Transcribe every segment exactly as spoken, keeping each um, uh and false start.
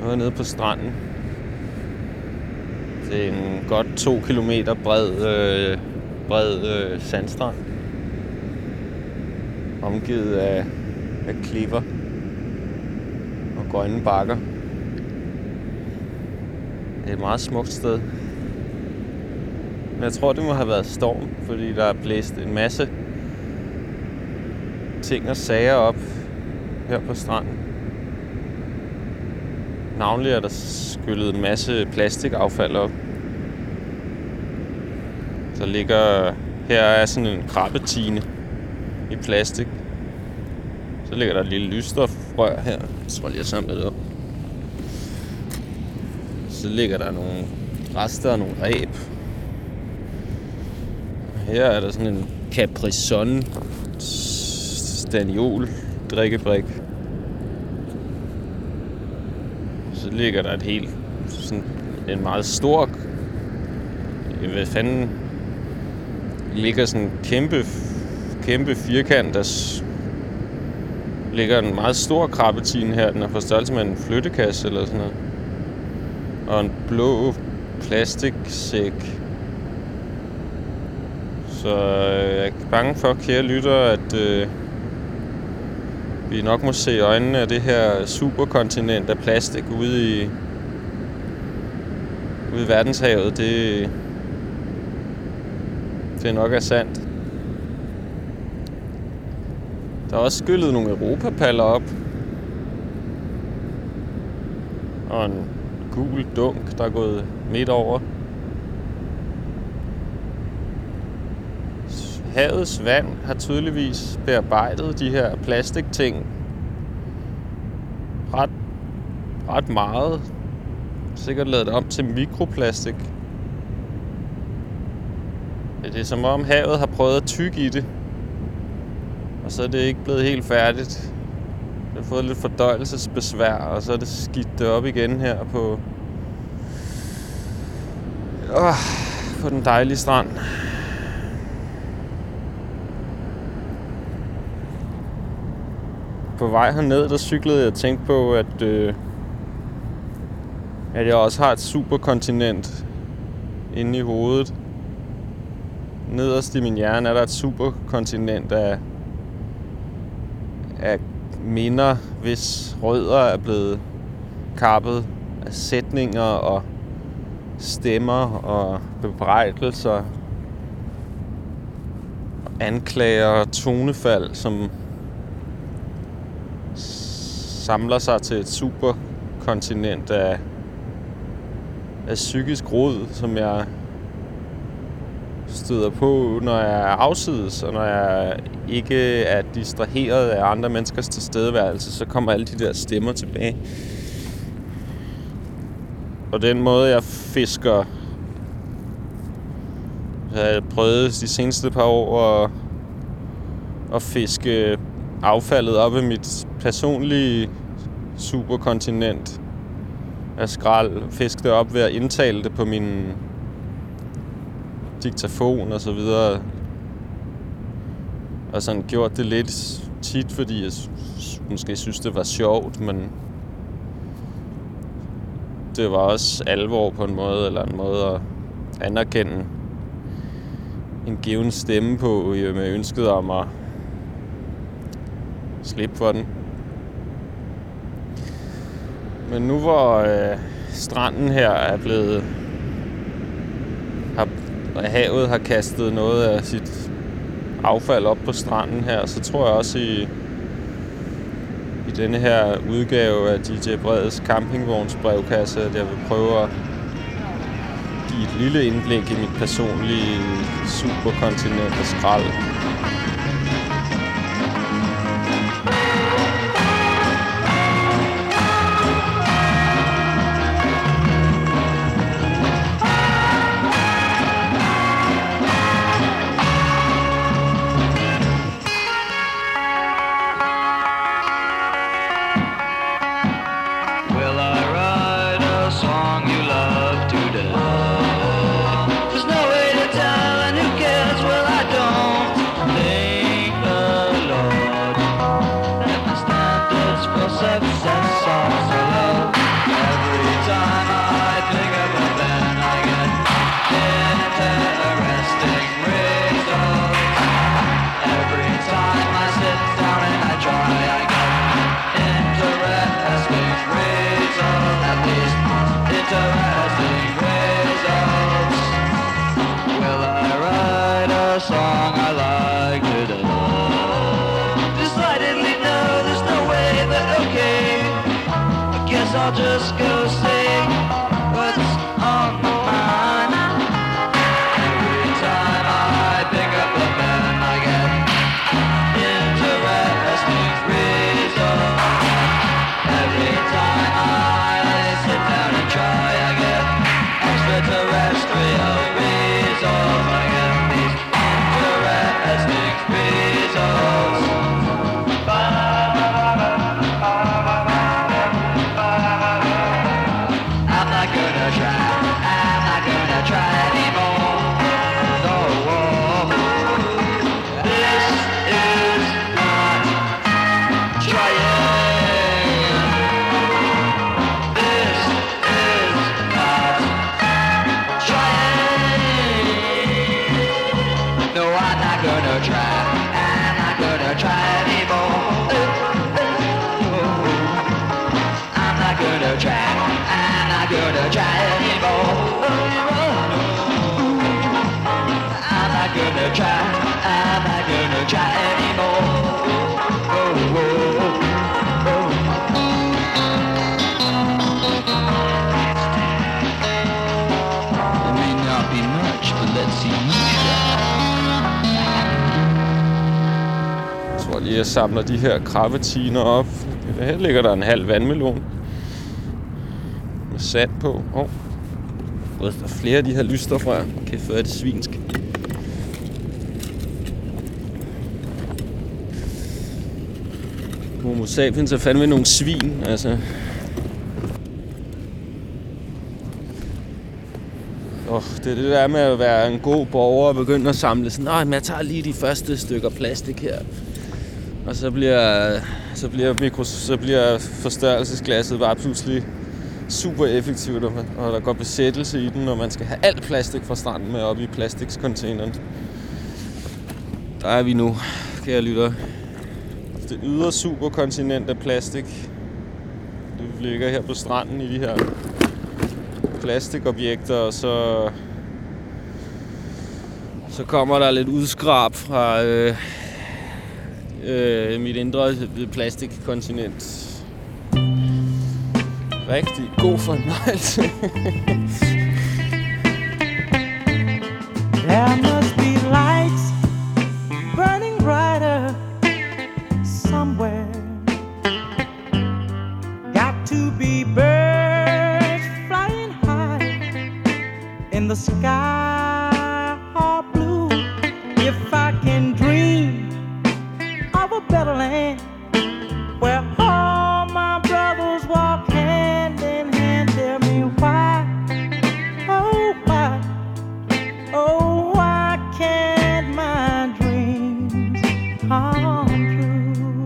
Nu er jeg nede på stranden. Det er en godt to kilometer bred, øh, bred øh, sandstrand. Omgivet af, af klipper og grønne bakker. Det er et meget smukt sted. Men jeg tror, det må have været storm, fordi der er blæst en masse ting og sager op her på stranden. Navnlig er der skyllet en masse plastikaffald op. Så ligger... Her er sådan en krabbetine i plastik. Så ligger der et lille lysstofrør her. Jeg tror lige, jeg samler det op. Så ligger der nogle rester og nogle reb. Her er der sådan en Capri-Sun Staniol drikkebrik. Så ligger der et helt sådan en meget stor, hvad fanden, ligger sådan en kæmpe kæmpe firkant, der ligger en meget stor krabbetine her. Den er på størrelse med en flyttekasse eller sådan noget. Og en blå plastiksæk. Så jeg er bange for, kære lytter, at øh, vi nok må se i øjnene af det her superkontinent af plastik ude i, ude i verdenshavet. Det, det nok er sandt. Der er også skyllet nogle europapaller op. Og en gul dunk, der er gået midt over. Havets vand har tydeligvis bearbejdet de her plastikting ret, ret meget. Sikkert lavet det om til mikroplastik. Det er som om havet har prøvet at tygge i det. Og så er det ikke blevet helt færdigt. Det har fået lidt fordøjelsesbesvær, og så er det skidt det op igen her på, oh, på den dejlige strand. På vej herned, der cyklede jeg og tænkte på, at, øh, at jeg også har et superkontinent inde i hovedet. Nederst i min hjerne er der et superkontinent af, af minder, hvis rødder er blevet kappet af sætninger og stemmer og bebrejdelser, anklager og tonefald, som samler sig til et superkontinent af, af psykisk rod, som jeg støder på, når jeg er afsides, og når jeg ikke er distraheret af andre menneskers tilstedeværelse, så kommer alle de der stemmer tilbage. Og den måde, jeg fisker, jeg har prøvet de seneste par år at, at fiske affaldet op af mit personlige superkontinent af skrald, fiske det op ved at indtale det på min diktafon og så videre. Og sådan gjort det lidt tit, fordi jeg måske synes, det var sjovt, men det var også alvor på en måde, eller en måde at anerkende en given stemme på, med ønsket om at slippe for den. Men nu hvor øh, stranden her er blevet, har, havet har kastet noget af sit affald op på stranden her, så tror jeg også i, i denne her udgave af D J Breds campingvogns brevkasse, at jeg vil prøve at give et lille indblik i mit personlige superkontinent af skrald. There's no way to tell, and who cares? Well, I don't. days I'll just go say what's on my mind. Every time I pick up the pen I get interesting results. Every time I sit down and try I get extraterrestrial results. I get these interesting results. I'm not gonna try, I'm not gonna try anymore. No, this is not trying. This is not trying. No, I'm not gonna try, I'm not gonna try anymore. I'm not gonna try, I'm not gonna try anymore. I'm not gonna try, I'm not gonna try anymore. Oh, oh, oh. It may not be much, but let's see you try. Jeg tror lige, jeg samler de her krabbetiner op. Her ligger der en halv vandmelon med sand på. Åh, oh. Der er flere af de her lyster fra. Kæft, hvor er det svinsk. Homo sapiens er fandme nogle svin, altså. Oh, det er det der med at være en god borger og begynde at samle sådan, nej, men jeg tager lige de første stykker plastik her. Og så bliver, så bliver, mikros, så bliver forstørrelsesglasset bare pludselig super effektivt, og der går besættelse i den, og man skal have alt plastik fra stranden med op i plastikcontaineren. Der er vi nu, kære lytter. Det ydre superkontinent af plastik. Det ligger her på stranden i de her plastikobjekter, og så så kommer der lidt udskrab fra øh, øh, mit indre plastikkontinent. Rigtig god fornøjelse. There must be lights burning brighter somewhere. Got to be birds flying high in the sky or blue. If I can dream of a better land where all my brothers walk hand in hand, tell me why, oh why, oh why can't my dreams come true?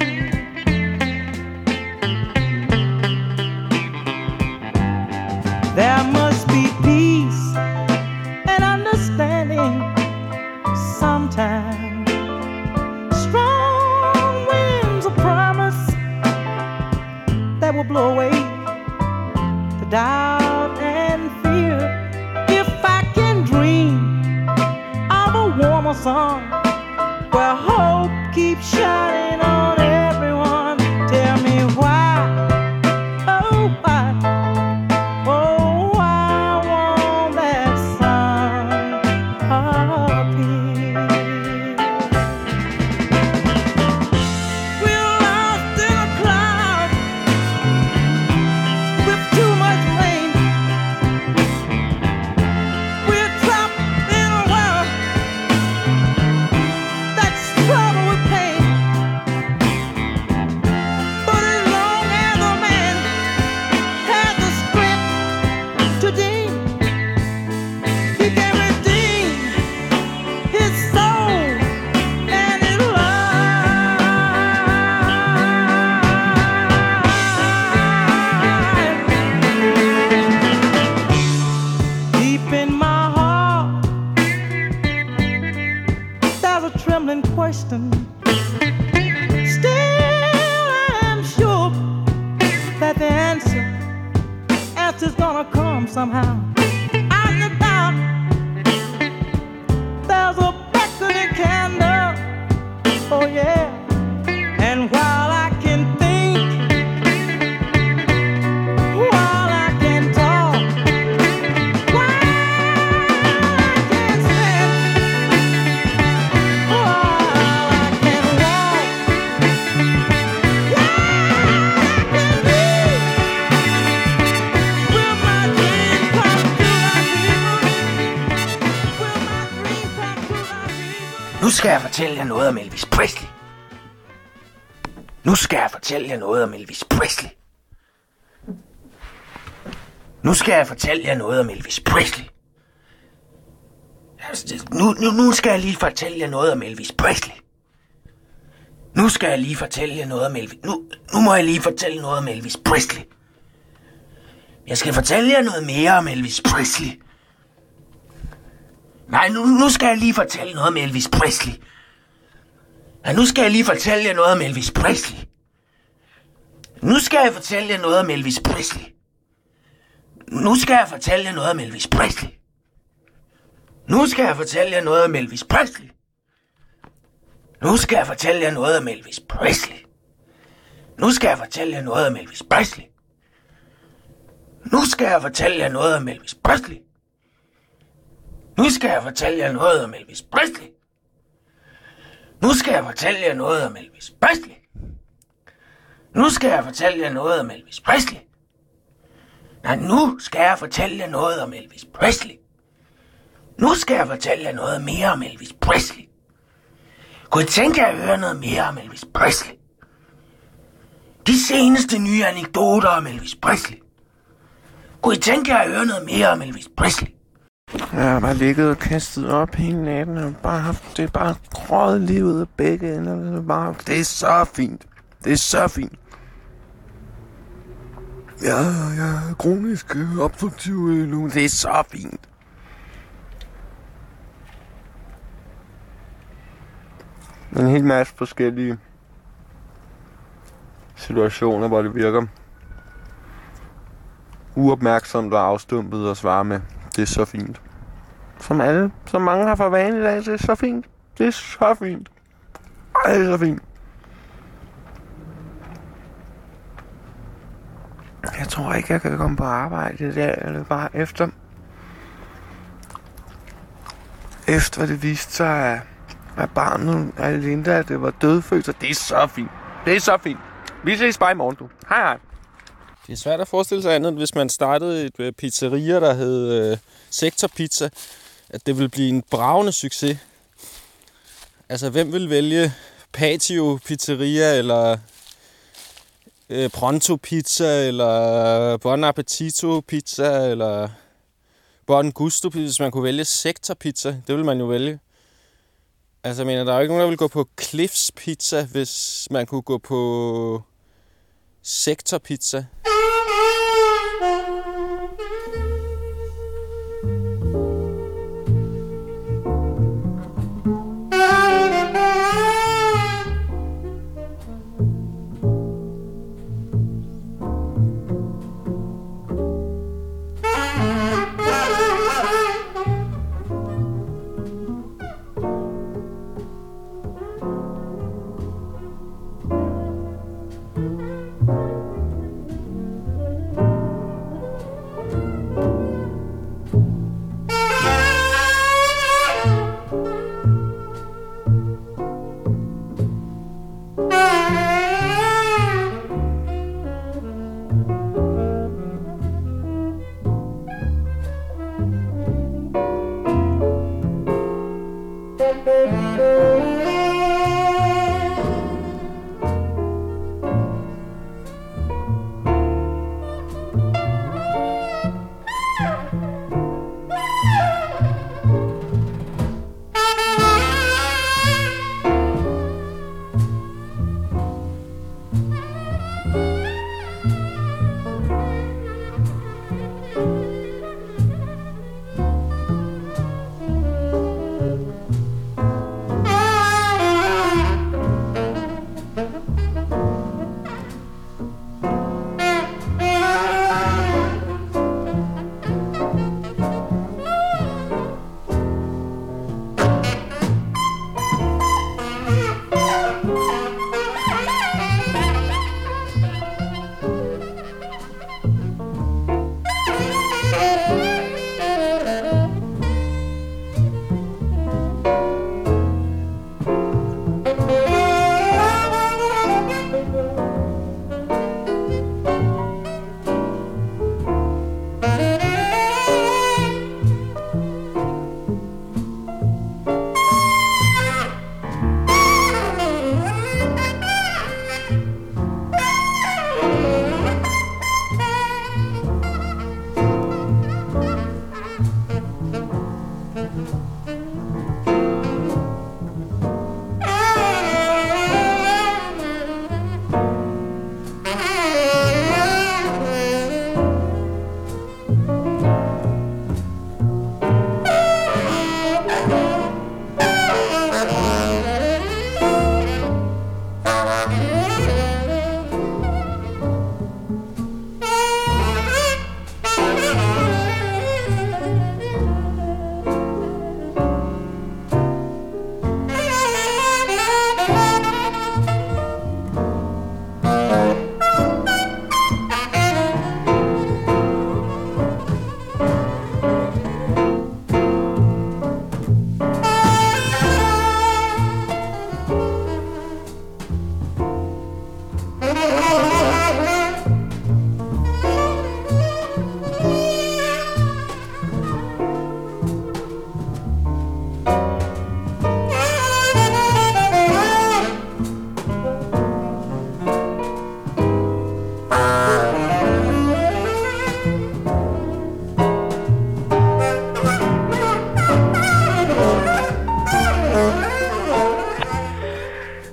There must be peace and understanding sometime. Strong winds of promise that will blow away the doubt and fear. If I can dream of a warmer sun where hope keeps shining on everyone, tell me why, oh why, oh why won't that sun appear? We're lost in a cloud with too much rain. We're trapped in a world that's troubled with pain. But as long as a man has the strength to deem, he can redeem his soul and his life. Deep in my heart, there's a trembling question. Still, I'm sure that the answer, answer's gonna come somehow. Out in the dark, there's a beckoning candle. Oh yeah. And while I can think skal jeg fortælle jer noget om Elvis Presley. Nu skal jeg fortælle jer noget om Elvis Presley. Nu skal jeg fortælle jer noget om Elvis Presley. Nu, nu, nu skal jeg lige fortælle jer noget om Elvis Presley. Nu skal jeg lige fortælle jer noget om Elvis... Nu, nu må jeg lige fortælle noget om Elvis Presley. Jeg skal fortælle jer noget mere om Elvis Presley. Nej, nu, nu skal jeg lige fortælle noget om Elvis Presley. Ja, nu skal jeg lige fortælle jer noget om Elvis Presley. Nu skal jeg fortælle jer noget om Elvis Presley. Nu skal jeg fortælle jer noget om Elvis Presley. Nu skal jeg fortælle jer noget om Elvis Presley. Nu skal jeg fortælle jer noget om Elvis Presley. Nu skal jeg fortælle jer noget om Elvis Presley. Nu skal jeg fortælle jer noget om Elvis Presley. Nu skal jeg fortælle jer noget om Elvis Presley. Nu skal jeg fortælle jer noget om Elvis Presley. Nu skal jeg fortælle jer noget om Elvis Presley. Nej, nu skal jeg fortælle jer noget om Elvis Presley. Nu skal jeg fortælle jer noget mere om Elvis Presley. Kunne I tænke jer at høre noget mere om Elvis Presley? De seneste nye anekdoter om Elvis Presley. Kunne I tænke jer at høre noget mere om Elvis Presley? Jeg har bare ligget og kastet op hele natten, og bare haft, det er bare grøget lige ud af begge ender. Det er, bare, det er så fint. Det er så fint. Ja, jeg er kronisk obstruktiv nu. Det er så fint. En hel masse forskellige situationer, hvor det virker uopmærksomt og afstumpet at svare med. Det er så fint. Som alle, som mange har for vane i dag, det er så fint. Det er så fint. Ej, det er så fint. Jeg tror ikke, jeg kan komme på arbejde i dag, eller bare efter. Efter det viste sig, at, at barnet af Linda, det var dødfødt, så det er så fint. Det er så fint. Vi ses bare i morgen, du. Hej hej. Det er svært at forestille sig andet, hvis man startede et øh, pizzeria, der hed øh, Sektor Pizza, at det ville blive en bragende succes. Altså, hvem vil vælge Patio Pizzeria, eller øh, Pronto Pizza, eller Bon Appetito Pizza, eller Bon Gusto Pizza? Hvis man kunne vælge Sektor Pizza, det ville man jo vælge. Altså, jeg mener, der er jo ikke nogen, der vil gå på Cliffs Pizza, hvis man kunne gå på Sektor Pizza.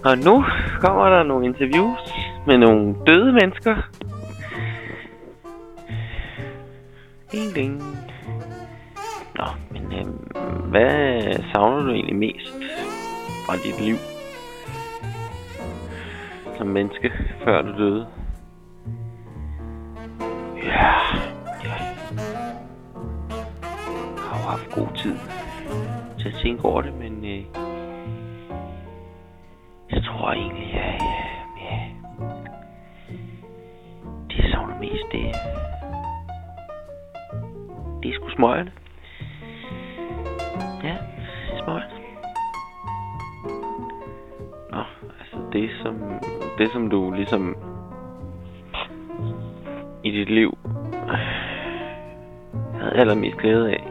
Og nu kommer der nogle interviews med nogle døde mennesker. Ding, ding. Nå, men øhm, hvad savner du egentlig mest fra dit liv som menneske, før du døde? Ja, ja. Jeg har jo haft god tid til at tænke over det, men øh, jeg tror egentlig, ja, ja, ja. Det jeg savner mest, det er Det er sgu smøgerne. Ja, smøgerne. Nå, altså det som, det som du ligesom i dit liv havde allermest glæde af,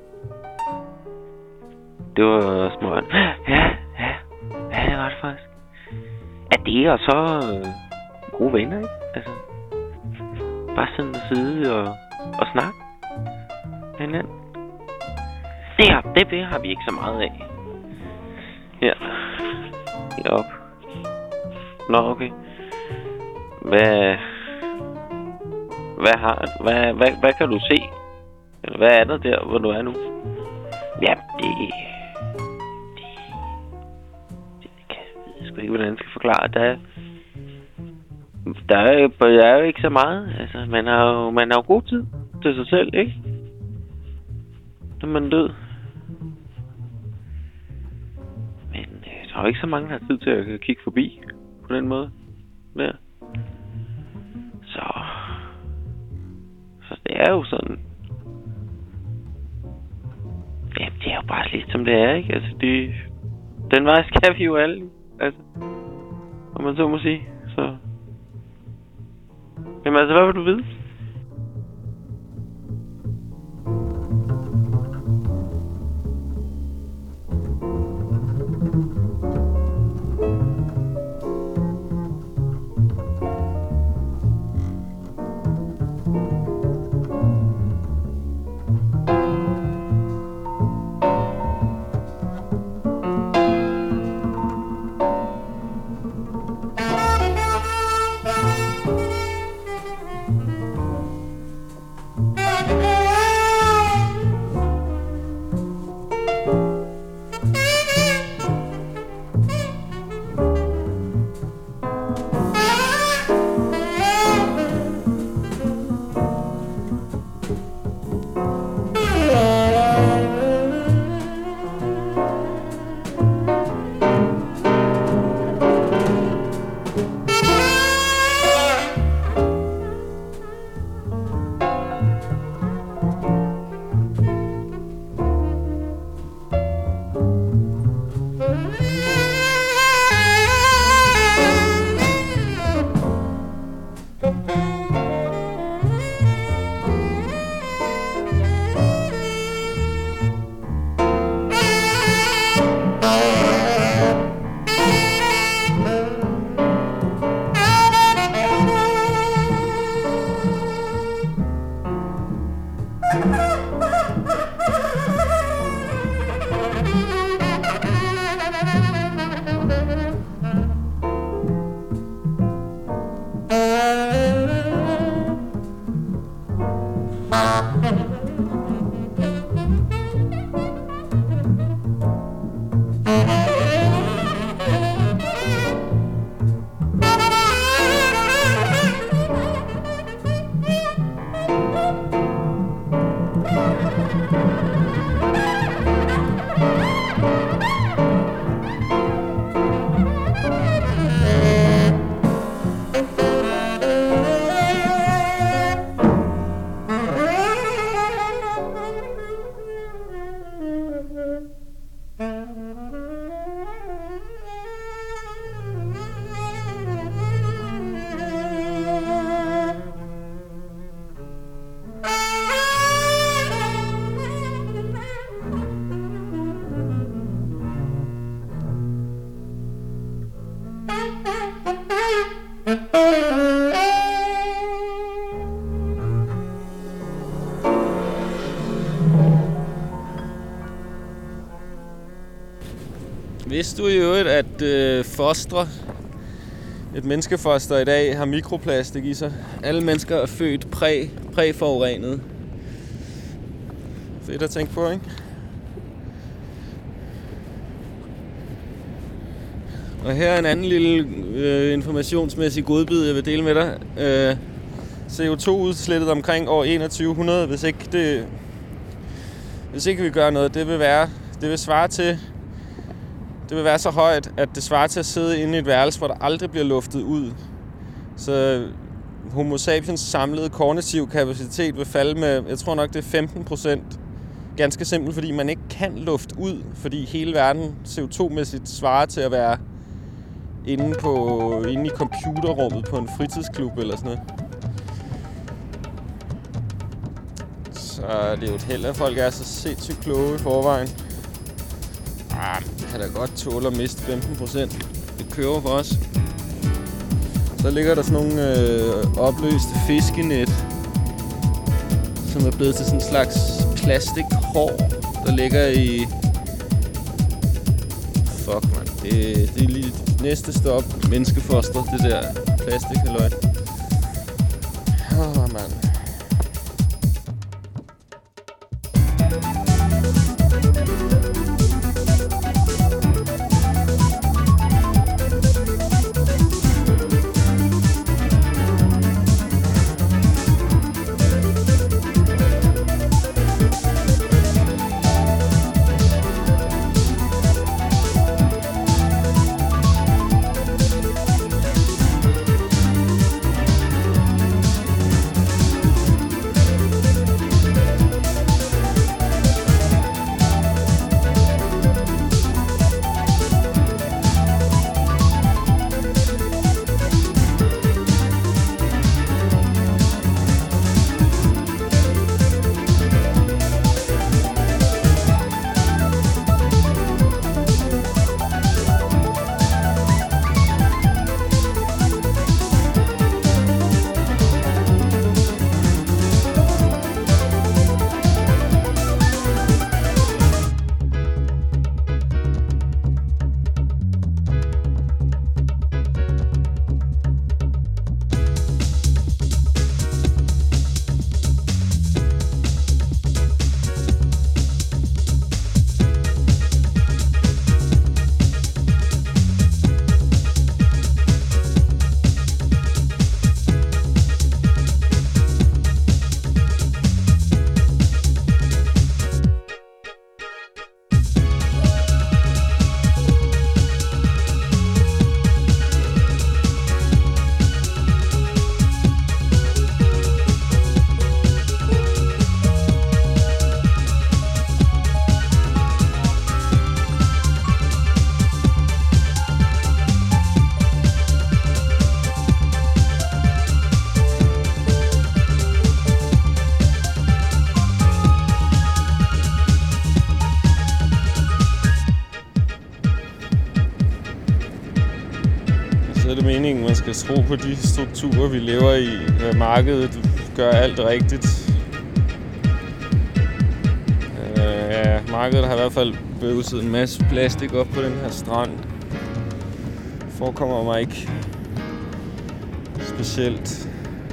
det var smøgerne. Ja, ja, ja, det var det faktisk. Er det og så øh, gode venner, ikke? Altså, bare sådan at sidde og, og snakke. Hinanden. Det her, det, det har vi ikke så meget af. Her. Heroppe. Nå, okay. Hvad... Hvad har... Hvad, hvad, hvad kan du se? Eller hvad er der der, hvor du er nu? Ja, det... Det... Det kan jeg ved sgu ikke, hvordan jeg skal forklare. Der Der er, jo, der er jo ikke så meget. Altså, man har jo, man har jo god tid til sig selv, ikke? Når man er død. Men øh, der er jo ikke så mange, der har tid til at kigge forbi på den måde. Der. Så... Så det er jo sådan... Ja, det er jo bare lidt som det er, ikke? Altså, det... Den vej skal vi jo alle. Altså... Om man så må sige. Så... Jamen altså, hvad vil du vide? Vidste du i øvrigt, at øh, fostre, et menneskefoster i dag, har mikroplastik i sig? Alle mennesker er født præ, præforurenet. Fedt at tænke på, ikke? Og her er en anden lille øh, informationsmæssig godbid, jeg vil dele med dig. Øh, C O to udslettet omkring år enogtyve hundrede, hvis ikke det, hvis ikke vi gør noget, det vil være, det vil svare til, det vil være så højt, at det svarer til at sidde inde i et værelse, hvor der aldrig bliver luftet ud. Så Homo sapiens samlede kognitiv kapacitet vil falde med, jeg tror nok det er femten procent. Ganske simpelt, fordi man ikke kan lufte ud, fordi hele verden C O to-mæssigt svarer til at være inde, på, inde i computerrummet på en fritidsklub eller sådan noget. Så det er jo et held, at folk er så sindssygt kloge i forvejen. Ah, det kan da godt tåle at miste femten procent. Det kører for os. Så ligger der sådan nogle øh, opløste fiskenet, som er blevet til sådan en slags plastikhår, der ligger i... Fuck, man. Det, det er lige næste stop. Menneskefoster, det der plastikhalløj. Åh, oh, mand. Meningen, man skal tro på de strukturer, vi lever i. Markedet gør alt rigtigt. Uh, ja, markedet har i hvert fald bøvset en masse plastik op på den her strand. Forekommer mig ikke specielt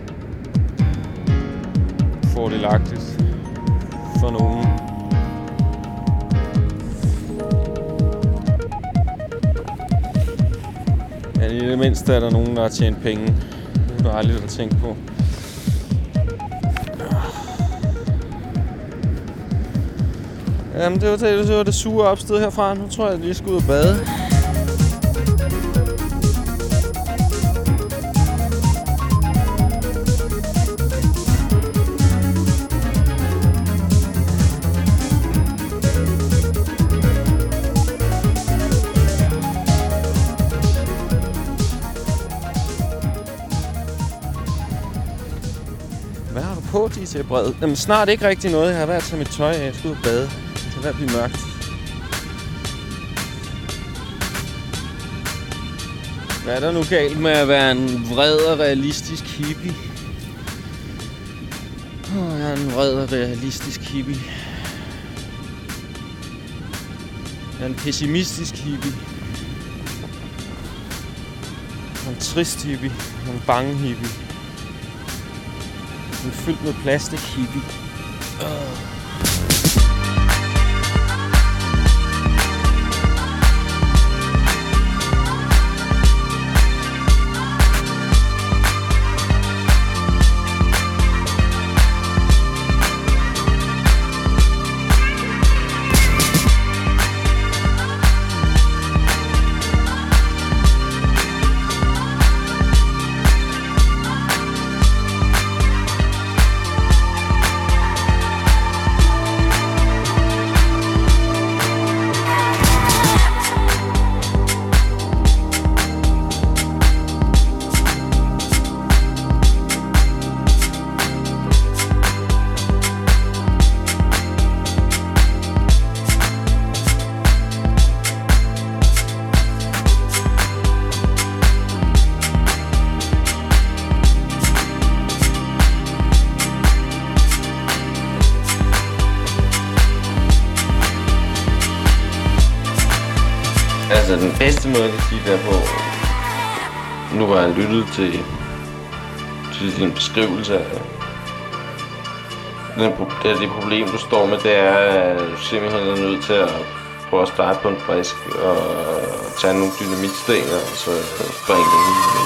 fordelagtigt for nogen. Ja, i det mindste er der nogen, der har tjent penge. Det er dejligt at tænke på. Jamen, det var det, det, var det sure opstød herfra. Nu tror jeg, at jeg lige skal ud og bade. Hvad har du på, D J Bred? Jamen, snart ikke rigtig noget. Jeg har været til mit tøj af. Jeg skal ud og bade. Det er ved at blive mørkt. Hvad er der nu galt med at være en vred og realistisk hippie? Åh, oh, jeg er en vred og realistisk hippie. Jeg er en pessimistisk hippie. En trist hippie. En bange hippie. En fyldt med plastik hippie. Uh. Altså, den bedste måde, jeg kan sige det på, nu har jeg lyttet til, til din beskrivelse af det, det, det problem, du står med, det er, at du simpelthen er nødt til at prøve at starte på en frisk og tage nogle dynamitsten og så springe det hele.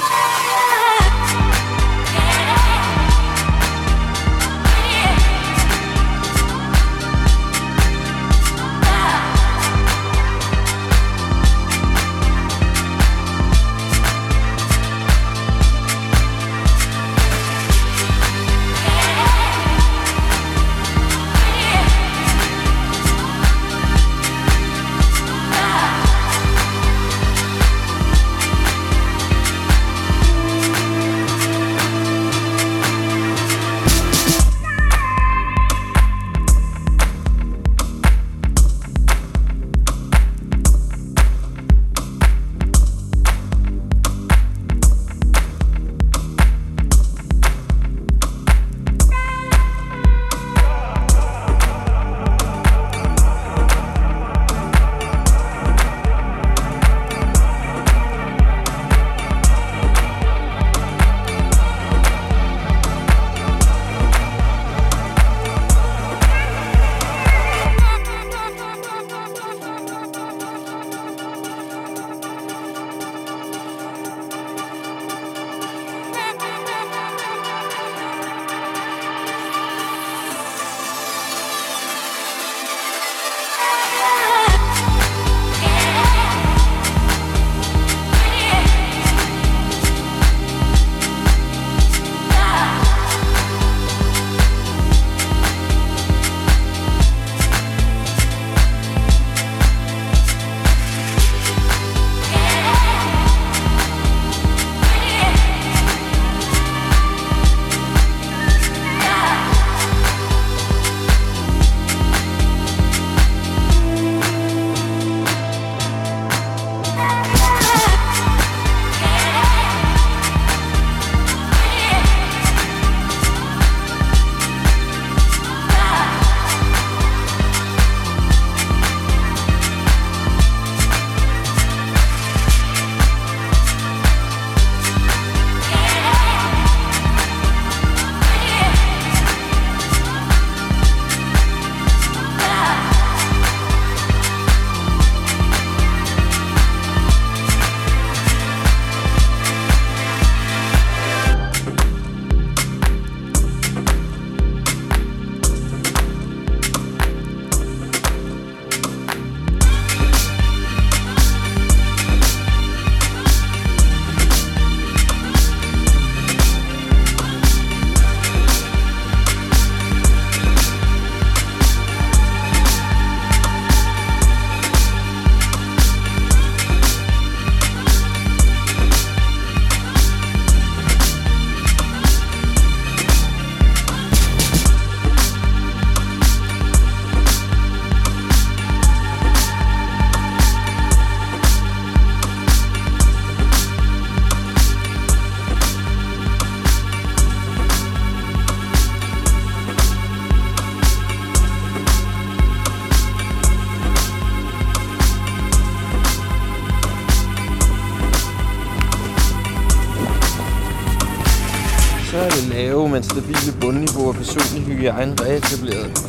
med et stabilt bundniveau og personlig hygiejne reetableret.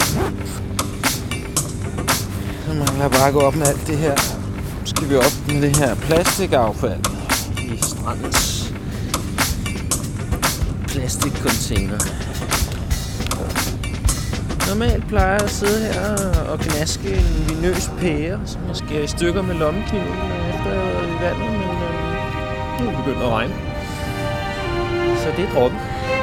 Så mangler jeg bare at gå op med alt det her. Nu skal vi op med det her plastikaffald i strandens plastikcontainer. Normalt plejer jeg at sidde her og gnaske en vinøs pære, som jeg skærer i stykker med lommekniven, efter jeg har været i vandet, men øh, nu er det begyndt at regne. Så det er droppet.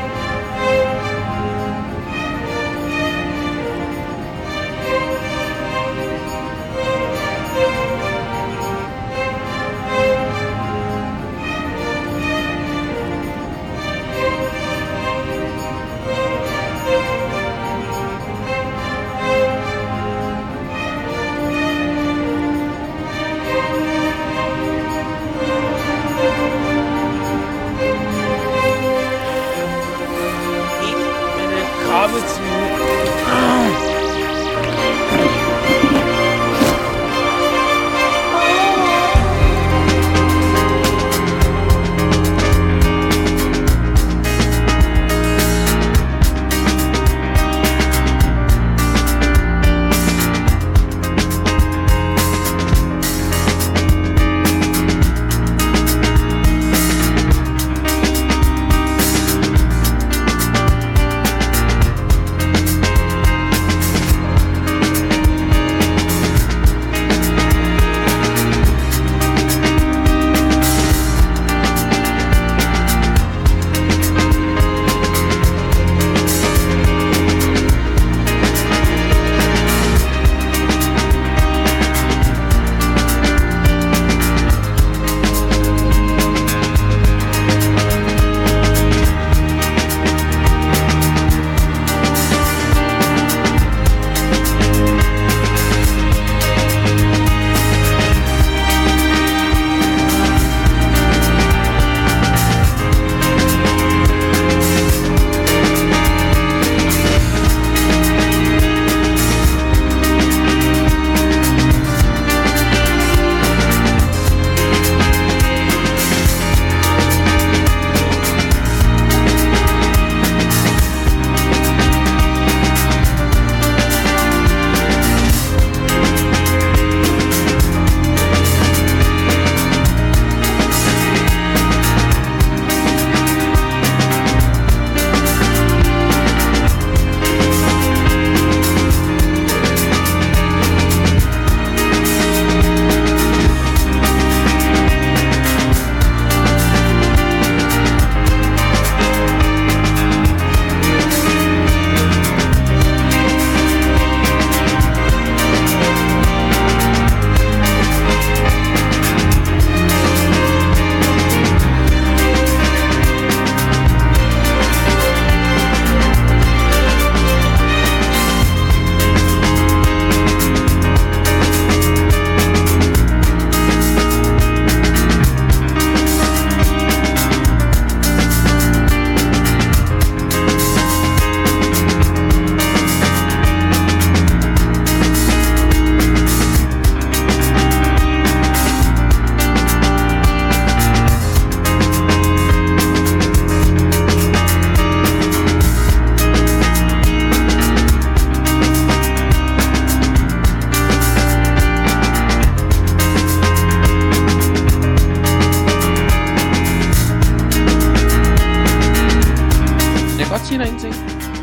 sige dig en ting.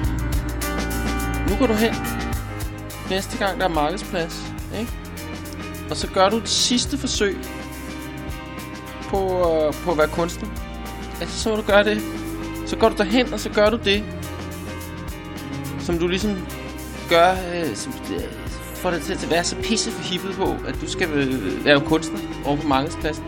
Nu går du hen næste gang der er markedsplads, ikke? Og så gør du et sidste forsøg på, øh, på at være kunstner. Altså så må du gøre det. Så går du derhen, og så gør du det, som du ligesom gør, øh, som, øh, får dig til at være så pisse for hippet på, at du skal øh, være kunstner over på markedspladsen.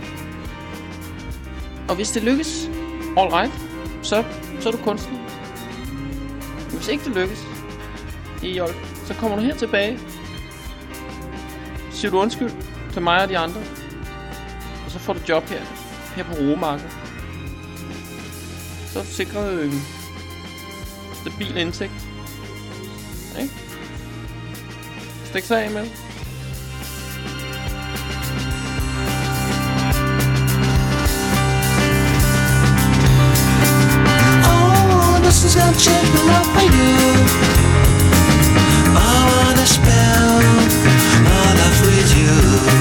Og hvis det lykkes, all right, så, så er du kunstner. Men hvis ikke det lykkes, i Jolk, så kommer du her tilbage. Siger du undskyld til mig og de andre. Og så får du job her, her på roemarkedet. Så er du sikret en stabil indtægt. Ikke? Stik sig af med det. Oh Nothing's gonna change my love for you. I wanna spend my life with you.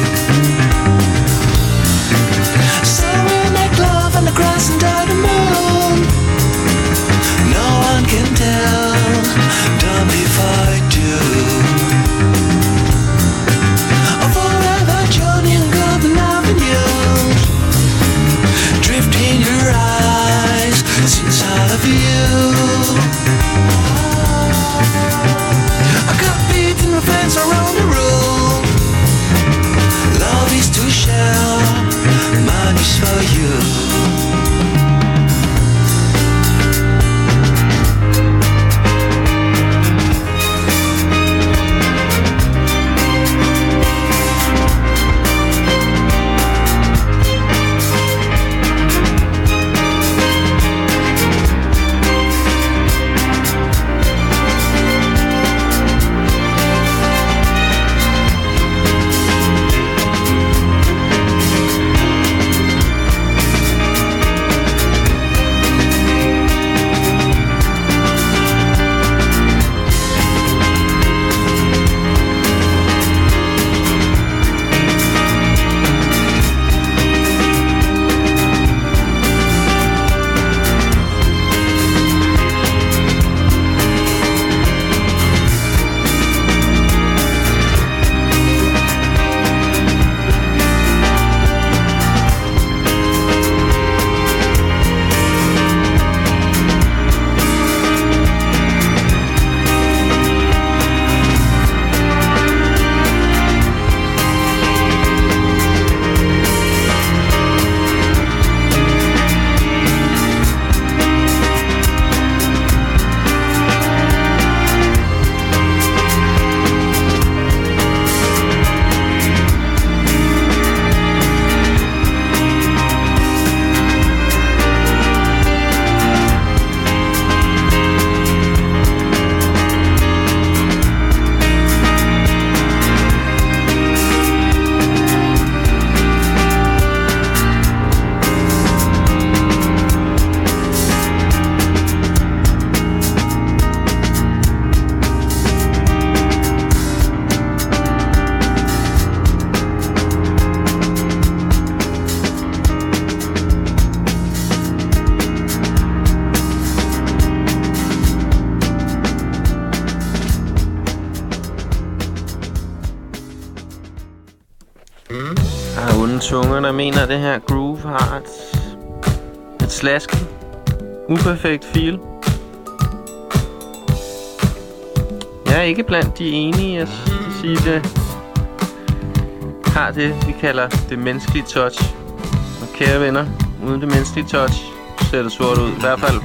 So we make love on the grass under the moon. No one can tell, don't be fight you. Oh, forever journeying, good loving you. Drift in your eyes, since I love you. I got beating my friends around the room. Love is to share, mine is for you. Tungerne mener, at det her groove har et, et slasket, uperfekt feel. Jeg er ikke blandt de enige. Jeg siger, det har det, vi kalder det menneskelige touch. Og kære venner, uden det menneskelige touch, ser det sort ud. I hvert fald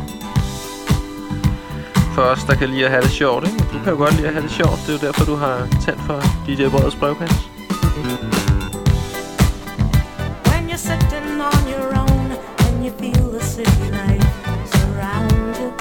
for os, der kan lide at have det sjovt, ikke? Du kan jo godt lide at have det sjovt. Det er jo derfor, du har tændt for D J Breds brevkasse. Sitting on your own and you feel the city life surround you.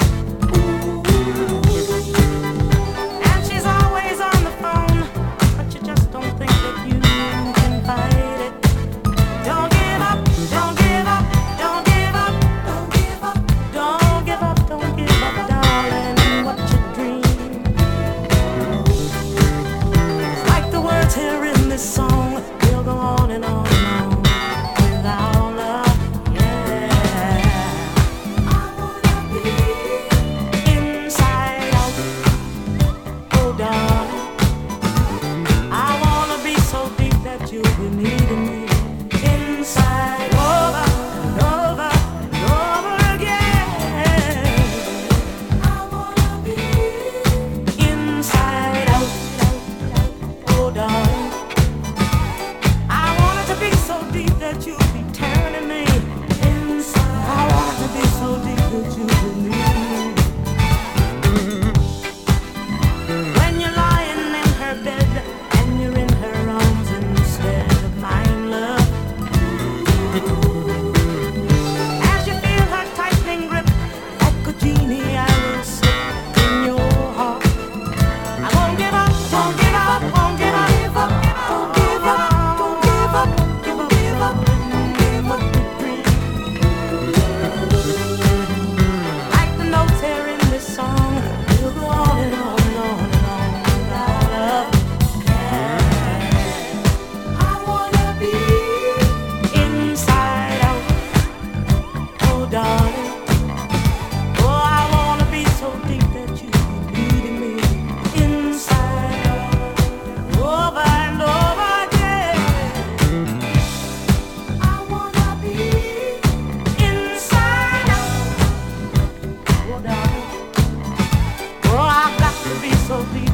And she's always on the phone, but you just don't think that you can fight it. Don't give up, don't give up, don't give up, don't give up, don't give up, don't give up, darling, what you dream. It's like the words here in this song.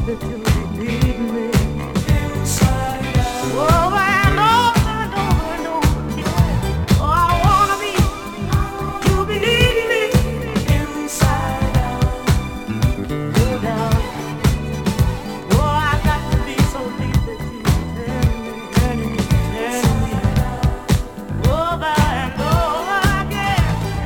deep that you need me inside out. Over and over and over and over. Oh, I wanna be, you believe me inside out. Go down. Oh, I got to be so deep that you turn me, turn me, turn me over and over again.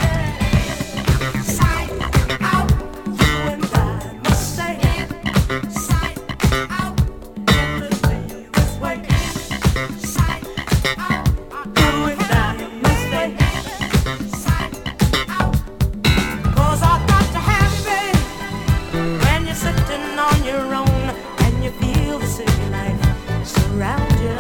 Sight out, you and I must stay. Sight out, endlessly this way. Sight out, you and I must stay. Sight out, 'cause I got to have you, babe. When you're sitting on your own and you feel the city life surround you.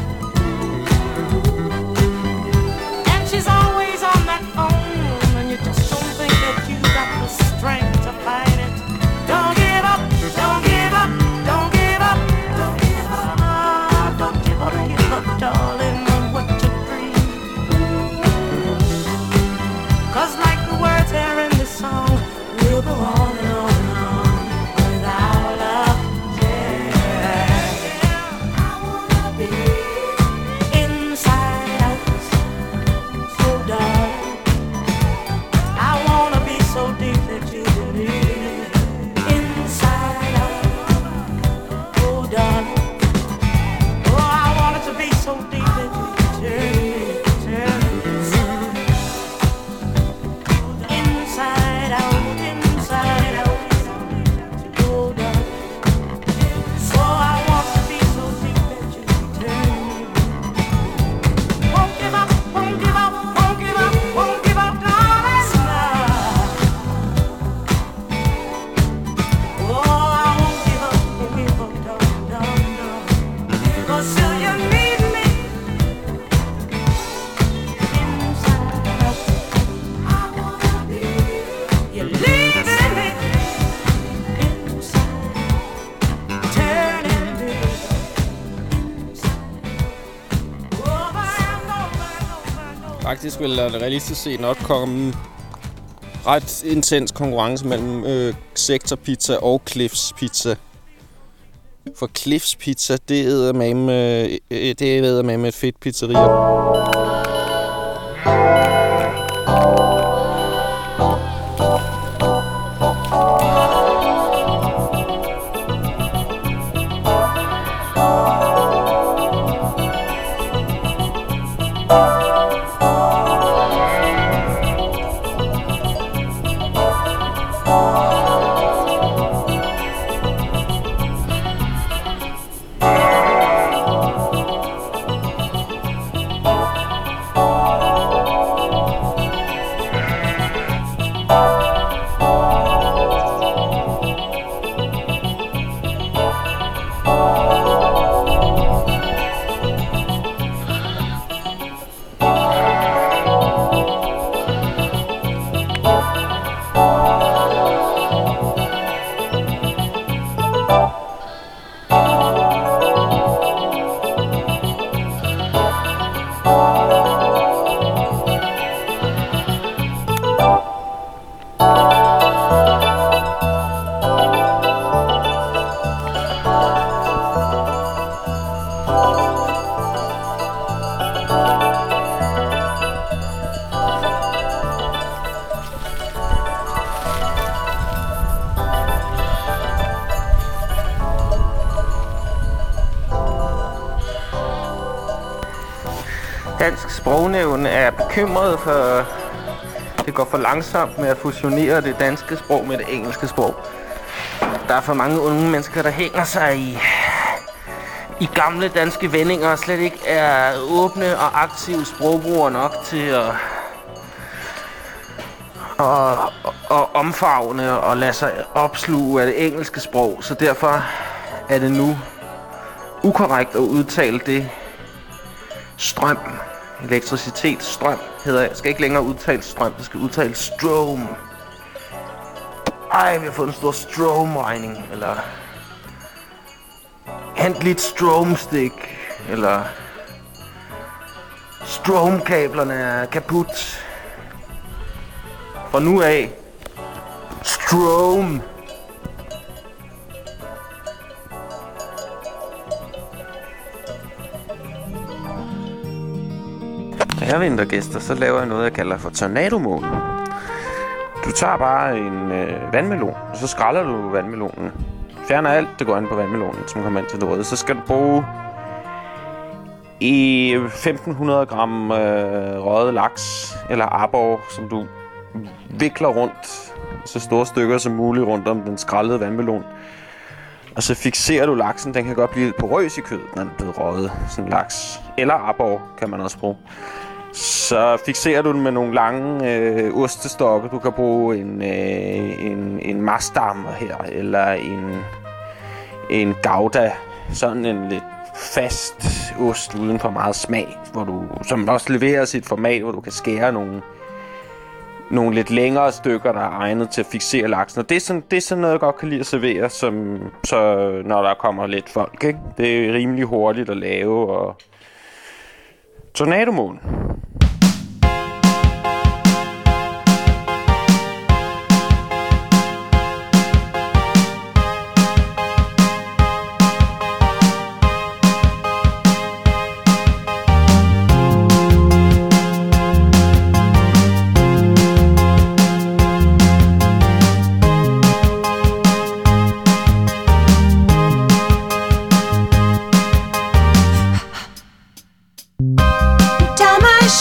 And she's always on that phone, and you just don't think that you got the strength to fight it. Don't give up, don't give up, don't give up, don't give up. Ah, don't give up, give up, darling, on what you dream. 'Cause like the words here in this song, we'll go on and on and on without love. Yeah, I wanna be inside out. So darling, I wanna be so deep that you believe inside out. Oh darling, oh I want it to be so deep that you turn me, turn me inside, inside out, inside out. Oh darling, oh I want to be so deep that you turn me. Won't give up, won't give up, won't give up, won't give up, darling. Oh, I won't give up, won't give up, darling, darling, darling. 'Cause still you need me inside out. I wanna be, you're leaving me inside, turning me inside. Over and over and over and over. Faktisk vil der realistisk set nok komme ret intens konkurrence mellem øh, Sektor Pizza og Cliffs Pizza. For Cliffs Pizza, det er eddermame, øh, det er eddermame et fedt pizzeria. Dansk Sprognævn er bekymret for, det går for langsomt med at fusionere det danske sprog med det engelske sprog. Der er for mange unge mennesker, der hænger sig i, i gamle danske vendinger og slet ikke er åbne og aktive sprogbrugere nok til at og, og omfavne og lade sig opsluge af det engelske sprog. Så derfor er det nu ukorrekt at udtale det strøm. Elektricitet, strøm hedder jeg. Skal ikke længere udtale strøm, det skal udtale strom. Ej, vi har fået en stor stromregning, eller hent lidt stromstick, eller stromkablerne er kaput. Fra nu af, strom. Kære vintergæster, så laver jeg noget, jeg kalder for tornadomål. Du tager bare en øh, vandmelon, og så skræller du vandmelonen. Fjerner alt, det går ind på vandmelonen, som kommer ind til det røde. Så skal du bruge i femten hundrede gram øh, røget laks eller arbor, som du vikler rundt så store stykker som muligt rundt om den skrællede vandmelon. Og så fikserer du laksen. Den kan godt blive lidt porøs i kødet, når den er blevet røget. Sådan laks eller arbor kan man også bruge. Så fikserer du den med nogle lange øh, ostestokke. Du kan bruge en, øh, en, en mastammer her, eller en, en gouda. Sådan en lidt fast ost uden for meget smag, hvor du, som også leverer sit format, hvor du kan skære nogle, nogle lidt længere stykker, der er egnet til at fiksere laksen. Og det er sådan, det er sådan noget, jeg godt kan lide at servere, som, så når der kommer lidt folk, ikke? Det er rimelig hurtigt at lave, og tornadomål. Time I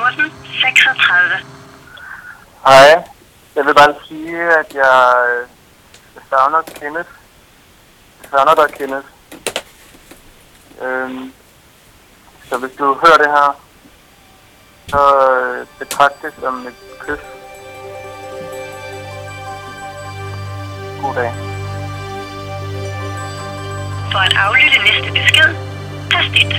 fjorten seksogtredive. Hej. Jeg vil bare sige, at jeg, jeg savner Kenneth. Jeg savner dig, Kenneth. Øhm, så hvis du hører det her, så øh, betragt det som et kys. God dag. For at aflytte næste besked, tast et.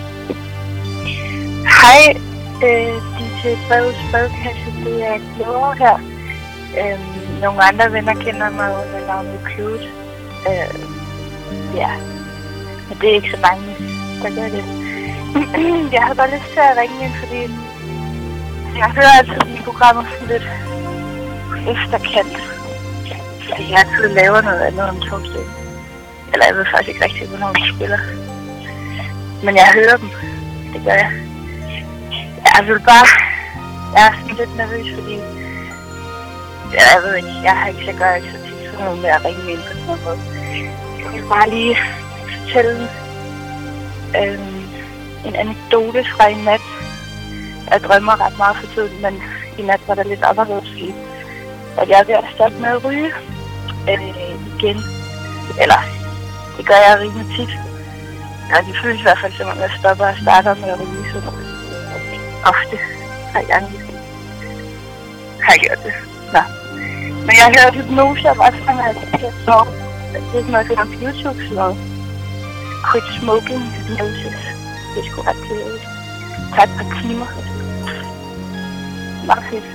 Hej, øh, D J Brevs brevkasse, det er Glore her. Øhm, nogle andre venner kender mig under navnet Claude. Øh, ja, men det er ikke så mange, der gør det. Jeg har bare lyst til at ringe ind, fordi jeg hører altid mine programmer sådan lidt efterkant. Fordi jeg altid laver noget andet om torsdagen. Eller jeg ved faktisk ikke rigtig, hvornår de spiller. Men jeg hører dem. Det gør jeg. Jeg vil bare... Jeg er sådan lidt nervøs, fordi... Jeg ved ikke, jeg har ikke så gøre ikke så tit sådan noget med at ringe ind på den måde. Jeg vil bare lige fortælle øhm, en anekdote fra i nat. Jeg drømmer ret meget for tiden, men i nat var der lidt anderledes, fordi at jeg er ved at stoppe med at ryge øh, igen. Eller, det gør jeg rimelig tit. Ja, det føles i hvert fald som om jeg stopper og starter med at ryge sådan ofte. Har jeg har jeg gjort det. Nå. Men jeg har hørt hypnose om også, at jeg skal sove. Det er sådan noget, der er på YouTube, sådan noget. Quit smoking hypnosis. Det er sgu ret kedeligt. Det tager et par timer. Meget fedt.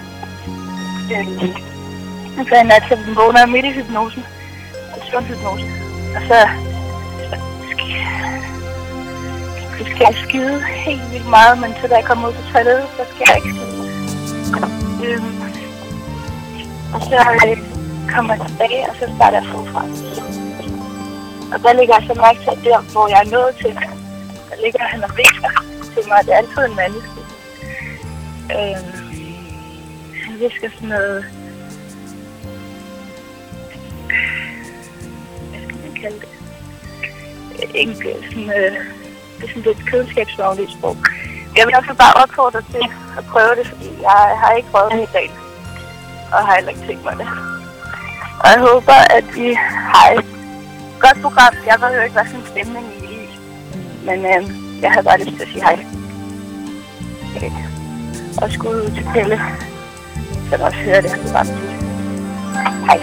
Øh, så en nat, så vågner jeg midt i hypnosen. Det er sund hypnose. Og så, så skal, så skal jeg skide helt vildt meget, men så da jeg kommer ud på toilettet, så skal jeg ikke skide. Øhm, og så øh, kommer jeg tilbage, og så starter jeg forfra. Og der ligger jeg så mærke til, at der, hvor jeg er nået til, der ligger han og visker til mig. Det er altid en menneske. Øhm, han visker sådan noget... Hvad skal man kalde det? Ikke sådan... Øh, det er sådan lidt kødskabsmagligt sprog. Jeg vil også bare opfordre til at prøve det, fordi jeg har ikke prøvet det i dag. Og har heller ikke tænkt mig det. Og jeg håber, at I har et godt program. Jeg ved jo ikke, hvad sådan en stemning I er i. Men øh, jeg havde bare lyst til at sige hej. Okay. Og skud ud til Pelle, som også hører det her program. Hej.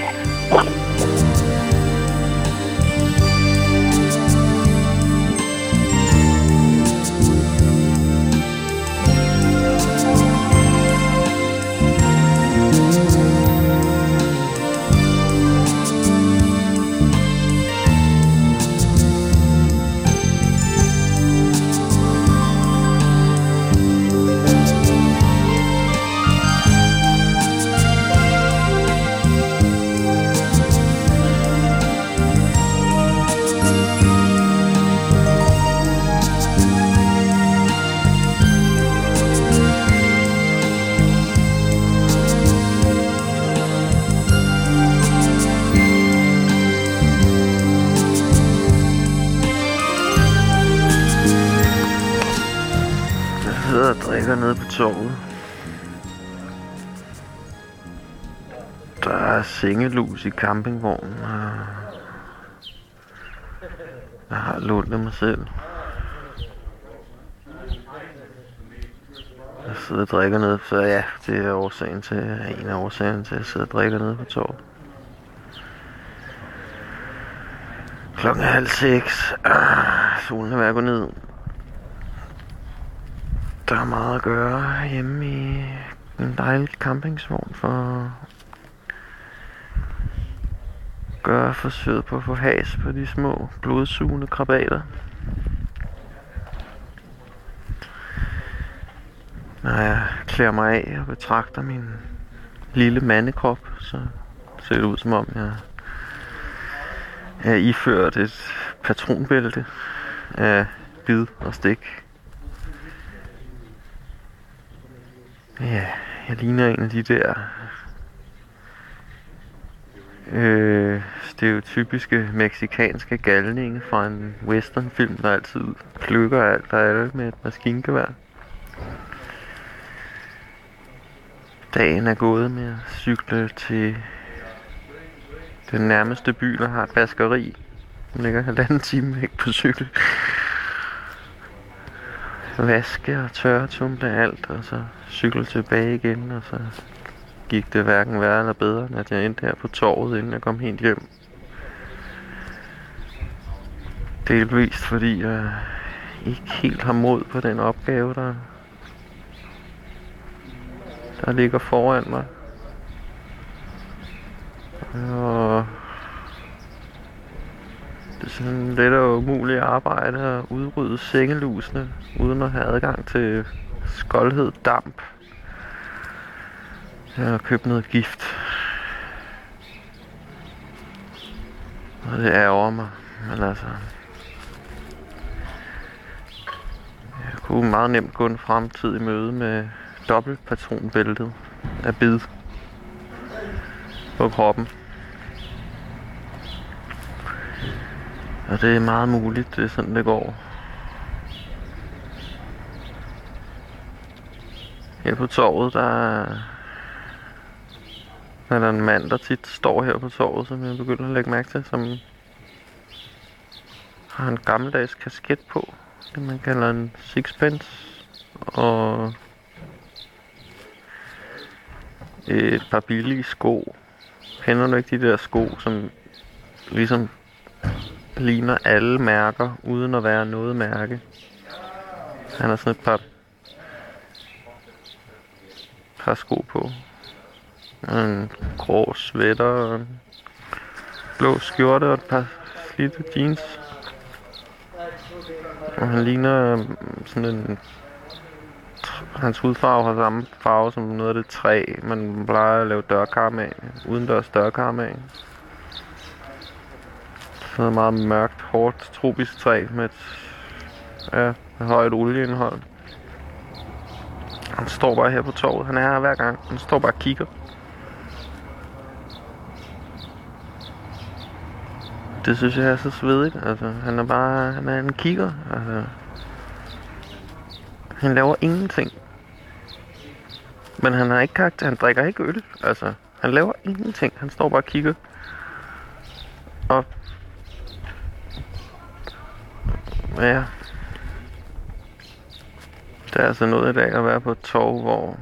Og drikker nede på torvet. Der er sengelus i campingvognen, og jeg har lånt af mig selv. Jeg sidder og drikker nede, så ja, det er årsagen til, en af årsagerne til, at jeg sidder og drikker nede på torvet. Klokken er halv seks. Ah, solen er ved at gå ned. Der er meget at gøre hjemme i en dejlig campingsvogn for at gøre forsøget på at få has på de små blodsugende krabater. Når jeg klæder mig af og betragter min lille mandekrop, så ser det ud som om jeg er iført et patronbælte af bid og stik. Ja, jeg ligner en af de der øh, stereotypiske meksikanske galninge fra en westernfilm, der altid plukker alt og alle med et maskingevær. Dagen er gået med at cykle til den nærmeste by, der har et vaskeri. Den ligger halvanden time væk på cykel. Vaske og tørre, tumle alt, og så cykle tilbage igen, og så gik det hverken værre eller bedre, end at jeg endte her på torvet, inden jeg kom helt hjem. Delvist fordi jeg ikke helt har mod på den opgave, der, der ligger foran mig. Og det er sådan lidt og umuligt arbejde at udrydde sengelusene, uden at have adgang til skoldhed damp. Jeg har købt noget gift. Og det ærger mig, men altså... Jeg kunne meget nemt gå en fremtid i møde med dobbeltpatronbæltet af bid på kroppen. Og det er meget muligt, det er sådan det går. Her på torvet, der er der en mand, der tit står her på torvet, som jeg begynder at lægge mærke til, som har en gammeldags kasket på. Det man kalder en sixpence. Og et par billige sko. Kender du ikke de der sko, som ligesom ligner alle mærker, uden at være noget mærke? Han har sådan et par, par sko på. En grå sweater og en blå skjorte og et par slidte jeans. Og han ligner sådan en... Hans hudfarve har samme farve som noget af det træ, man plejer at lave dørkarme af. Udendørs dørkarme af. Sådan et meget mørkt, hårdt, tropisk træ med et, ja, et højt olieindhold. Han står bare her på torvet. Han er her hver gang. Han står bare og kigger. Det synes jeg er så svedigt. Altså, han er bare han er en kigger. Altså, han laver ingenting. Men han har ikke karakter. Han drikker ikke øl. Altså, han laver ingenting. Han står bare og kigger. Og ja, det er altså noget i dag at være på et torv, hvor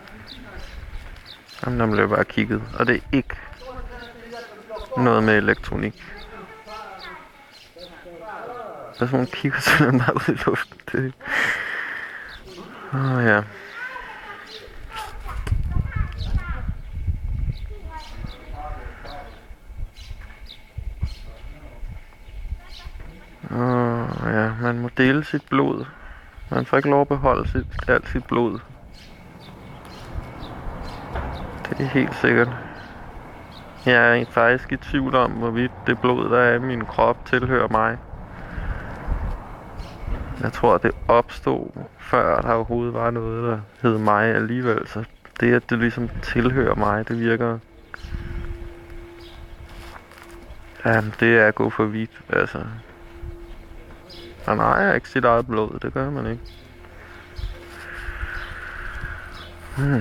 jamen, der bliver bare kigget. Og det er ikke noget med elektronik. Hvis man kigger sådan meget ud i luften. Det... Åh oh, ja. Åh oh, ja, man må dele sit blod. Man får ikke lov at beholde sit, alt sit blod. Det er helt sikkert. Jeg er faktisk i tvivl om, hvorvidt det blod, der er i min krop, tilhører mig. Jeg tror, det opstod, før der overhovedet var noget, der hed mig alligevel. Så det, at det ligesom tilhører mig, det virker... Jamen, det er at gå for vidt, altså. Man ejer ikke sit eget blod, det gør man ikke. Hmm.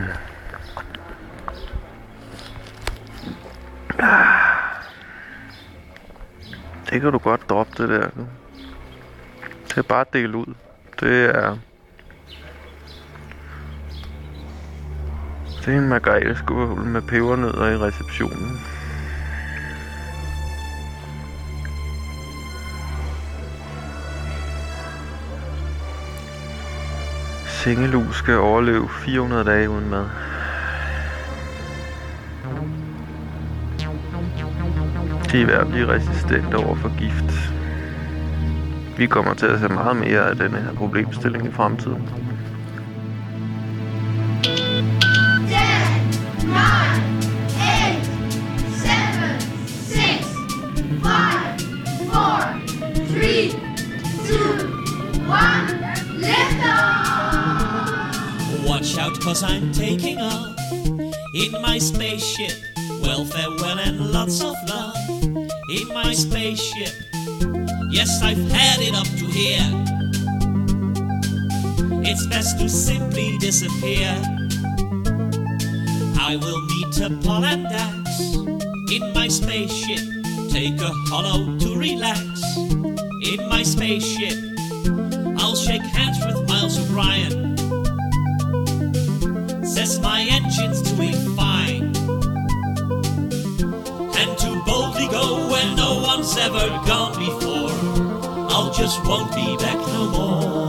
Det kan du godt droppe, det der. Det er bare at dele ud. Det er... Det er en margrethe-skål med pebernødder i receptionen. Sengelus skal overleve fire hundrede dage uden mad. De er ved at blive resistente over for gift. Vi kommer til at se meget mere af denne her problemstilling i fremtiden. Watch out, cause I'm taking off in my spaceship. Well, farewell and lots of love in my spaceship. Yes, I've had it up to here. It's best to simply disappear. I will meet a Paul and Dax in my spaceship. Take a hollow to relax. In my spaceship, I'll shake hands with Miles O'Brien. Says my engine's doing fine. And to boldly go where no one's ever gone before. I'll just won't be back no more.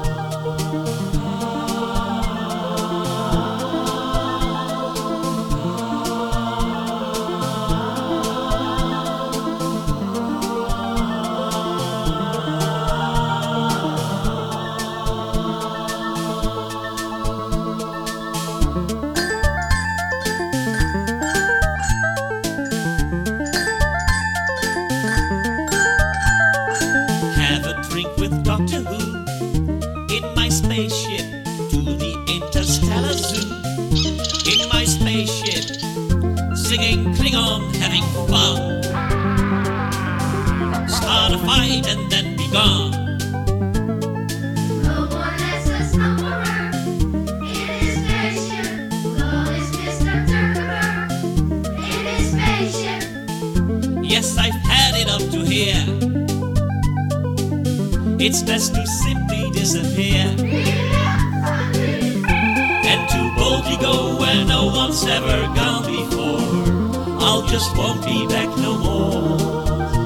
And then be gone. No one lets us operate in his spaceship. Lord is Mister Turner in his spaceship. Yes, I've had it up to here. It's best to simply disappear and to boldly go where no one's ever gone before. I'll just won't be back no more.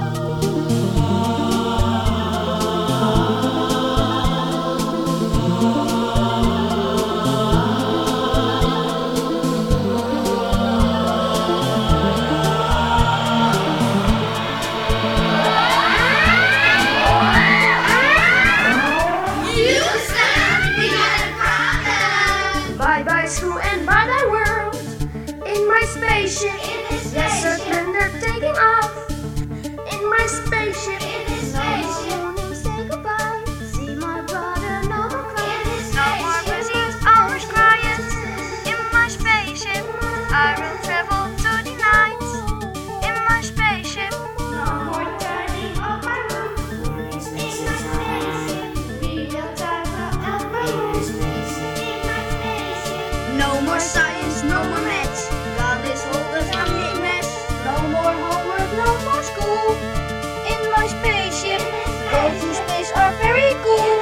Yes, sir, and they're taking off in my spaceship. In his spaceship. No more say goodbye. See my brother, no more crying. No more whispers, always crying. In my spaceship, I will travel to the night. In my spaceship, no more turning on my roof. In my spaceship, real time out my roof. In my spaceship, no more science, no more maths. God is older than me. No more homework, no more school. In my spaceship, go to space are very cool.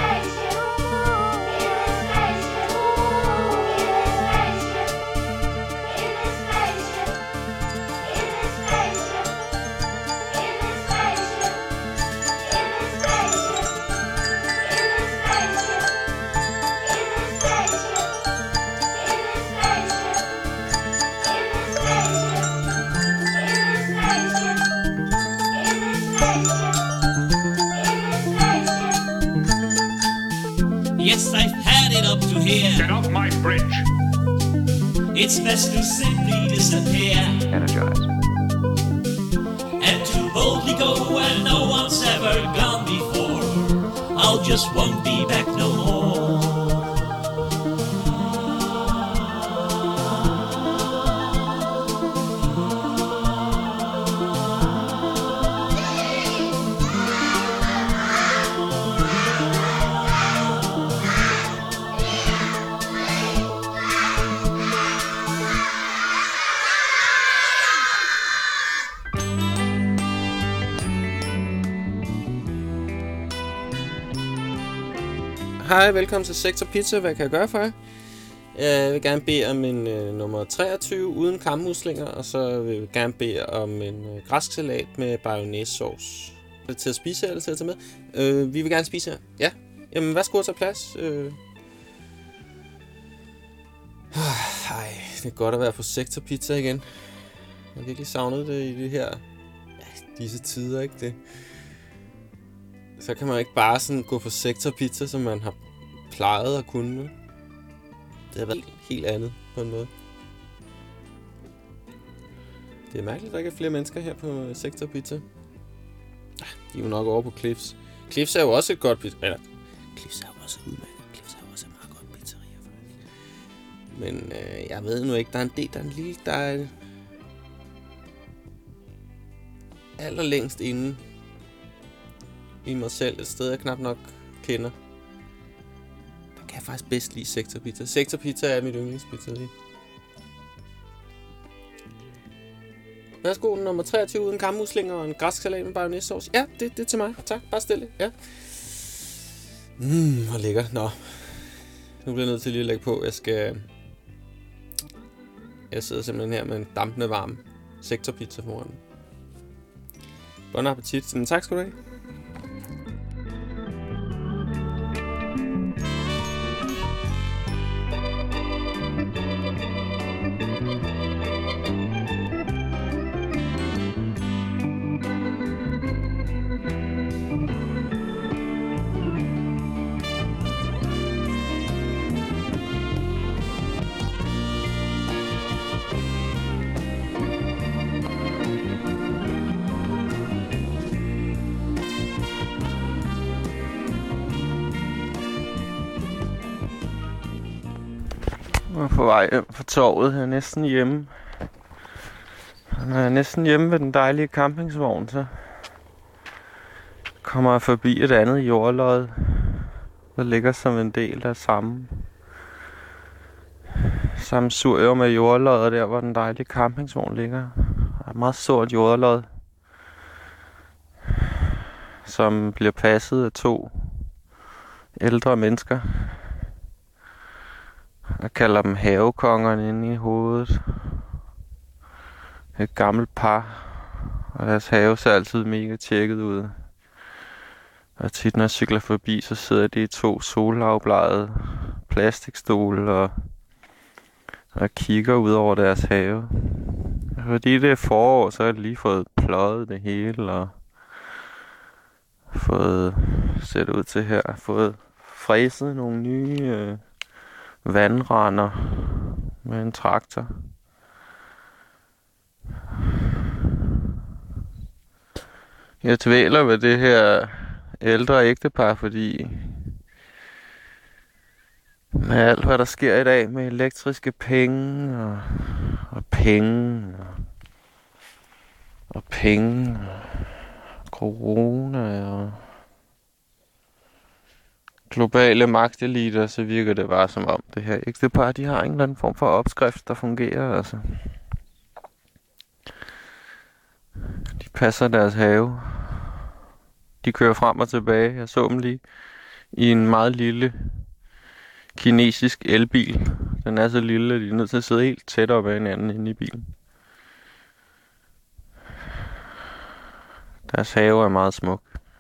Yes, I've had it up to here. Get off my bridge. It's best to simply disappear. Energize. And to boldly go where no one's ever gone before. I'll just won't be back no more. Hej, velkommen til Sektor Pizza. Hvad kan jeg gøre for jer? Jeg vil gerne bede om en uh, nummer treogtyve uden kammuslinger, og så vil jeg gerne bede om en uh, græsk salat med bayonnaise-sauce. Er det til at spise her, eller til at tage med? Uh, vi vil gerne spise her. Ja. Jamen, værsgo at tage plads. Uh... Ej, det er godt at være på Sektor Pizza igen. Jeg har virkelig savnet det i det her... Ja, disse tider, ikke det? Så kan man ikke bare sådan gå på Sektor Pizza, som man har plejet at kunne. Det har været helt andet på en måde. Det er mærkeligt, at der ikke er flere mennesker her på Sektor Pizza. De er jo nok over på Cliffs. Cliffs er jo også et godt pizza. Eller, Cliffs er jo også udmærket. Cliffs er jo også et meget godt pizzeria. Men øh, jeg ved nu ikke, der er en del, der er en lille, der er allerlængst inde i mig selv, et sted jeg knap nok kender. Der kan jeg faktisk bedst lide Sektor Pizza. Sektor Pizza er mit yndlingspizzeria. Værsgo, nummer treogtyve uden kammuslinger og en græsk salat med bayonnaisesauce. Ja, det, det er til mig. Tak, bare stille. Ja. Mmm, hvor lækker. Nå. Nu bliver jeg nødt til lige at lægge på. Jeg skal... Jeg sidder simpelthen her med en dampende varm sektorpizza foran. Bon appetit. Men tak skal du have. Jeg er på vej hjem fra torvet. Jeg er næsten hjemme. Når jeg er næsten hjemme ved den dejlige campingsvogn, så kommer jeg forbi et andet jordlod, der ligger som en del af samme sammensurium af jordlodder der, hvor den dejlige campingsvogn ligger. Der er et meget stort jordlod, som bliver passet af to ældre mennesker. Jeg kalder dem havekongerne inde i hovedet. Et gammelt par, og deres have ser altid mega tjekket ud. Og tit når jeg cykler forbi, så sidder de i to solafbladede plastikstole og, og kigger ud over deres have. Fordi det er forår, så har de lige fået pløjet det hele og fået set ud til her, fået fræset nogle nye øh, vandrender med en traktor. Jeg tvæler ved det her ældre ægtepar, fordi med alt hvad der sker i dag med elektriske penge og, og penge og, og penge og corona og globale magteliter, så virker det bare som om det her ægtepar, de har en eller anden form for opskrift, der fungerer. Altså. De passer deres have. De kører frem og tilbage. Jeg så dem lige i en meget lille kinesisk elbil. Den er så lille, at de er nødt til at sidde helt tæt op ad hinanden inde i bilen. Deres have er meget smuk.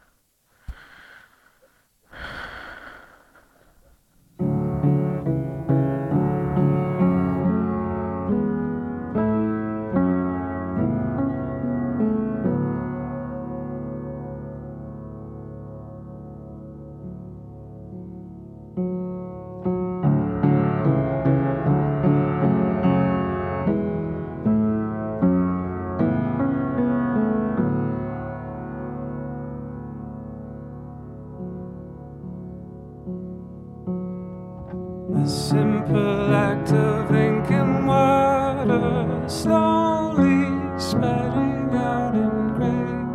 The simple act of ink and water slowly spreading out in grace.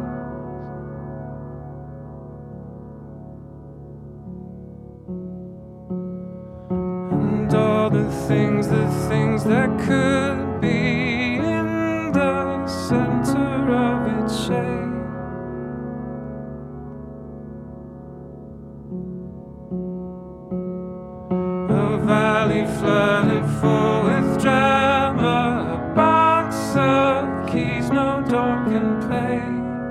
And all the things, the things that could be in the center of its shape. A valley flooded full with drama, a box of keys no door can play.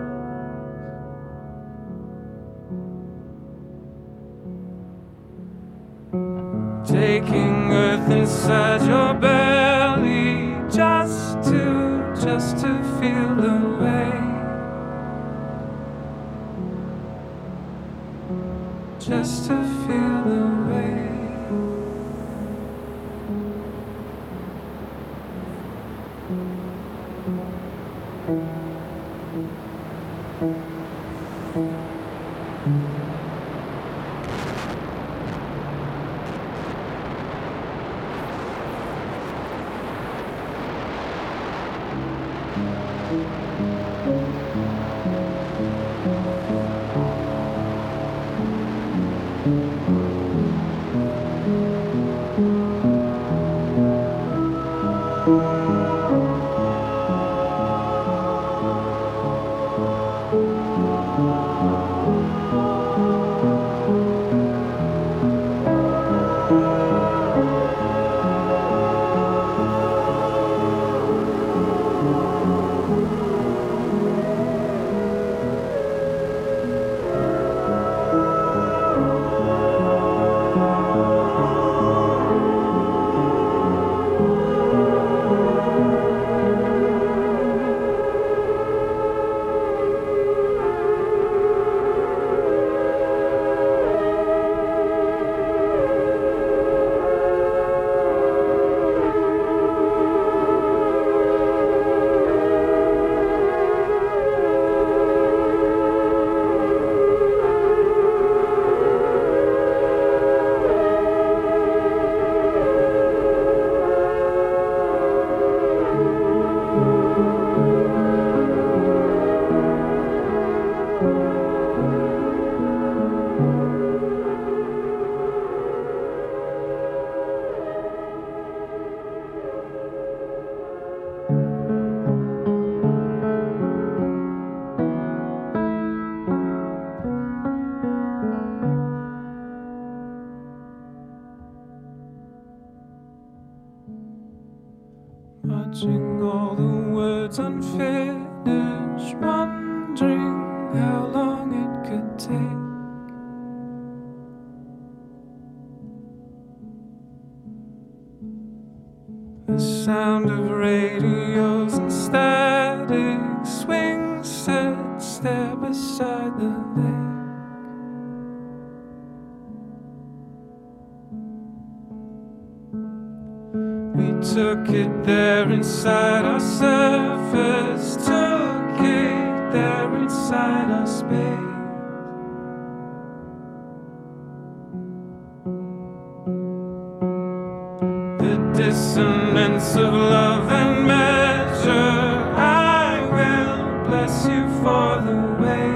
Taking earth inside your belly just to, just to feel the way. Just to feel the way. finish wondering how long it could take. The sound of radios and static swing sets there beside the lake. We took it there inside our surface, took it there inside our space. The dissonance of love and measure, I will bless you for the way.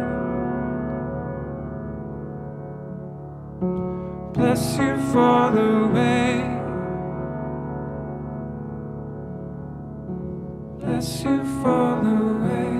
Bless you for the way. Bless you for the way.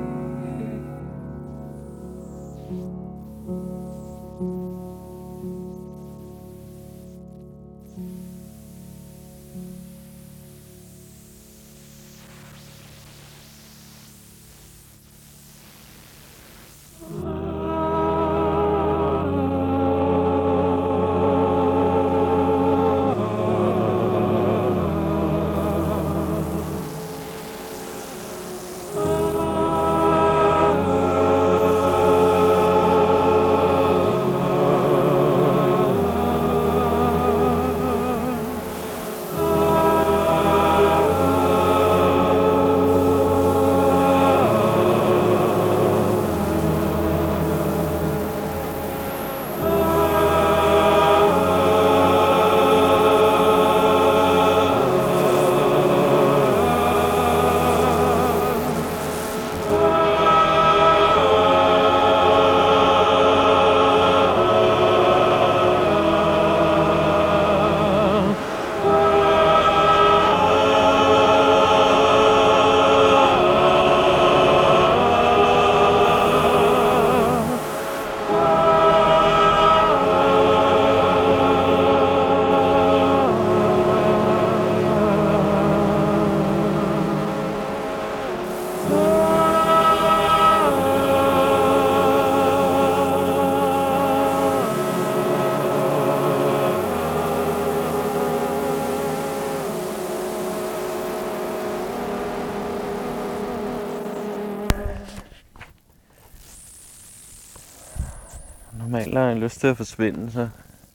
Normalt har jeg lyst til at forsvinde, så...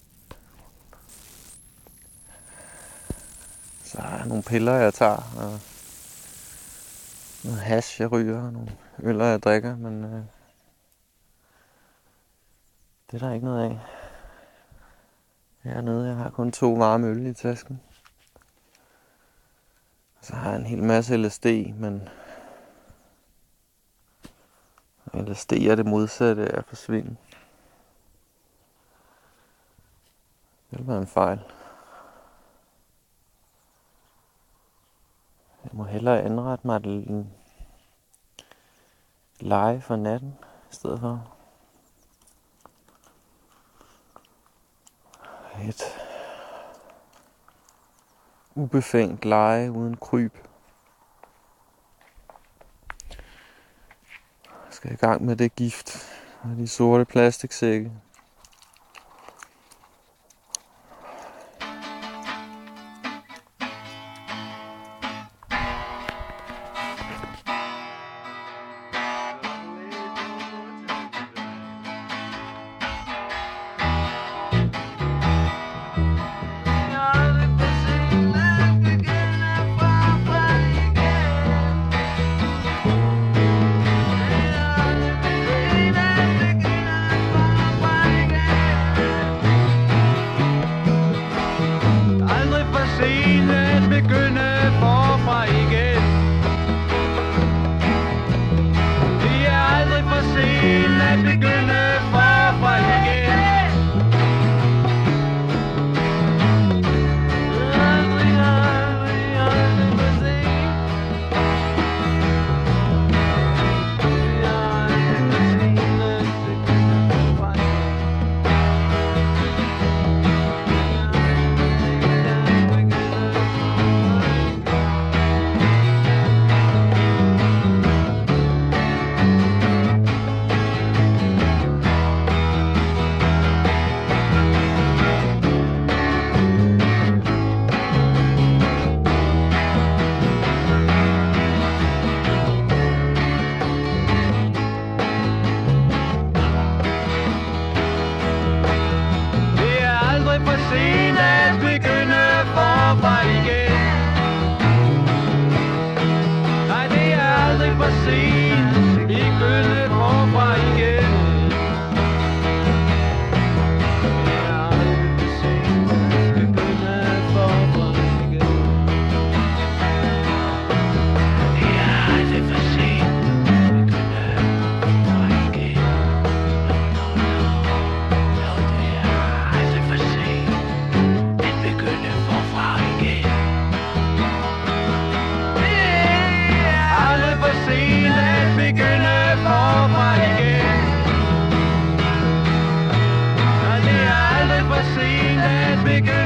Så har jeg nogle piller, jeg tager, og... noget hash, jeg ryger, og nogle øller, jeg drikker, men... Øh... Det er der ikke noget af. Hernede, jeg har kun to varme øl i tasken. Så har jeg en hel masse L S D, men... L S D er det modsatte af at forsvinde. Det vil være en fejl. Jeg må hellere anrette mig et leje for natten i stedet for. Et ubefængt leje uden kryb. Jeg skal i gang med det gift og de sorte plastiksække. Why make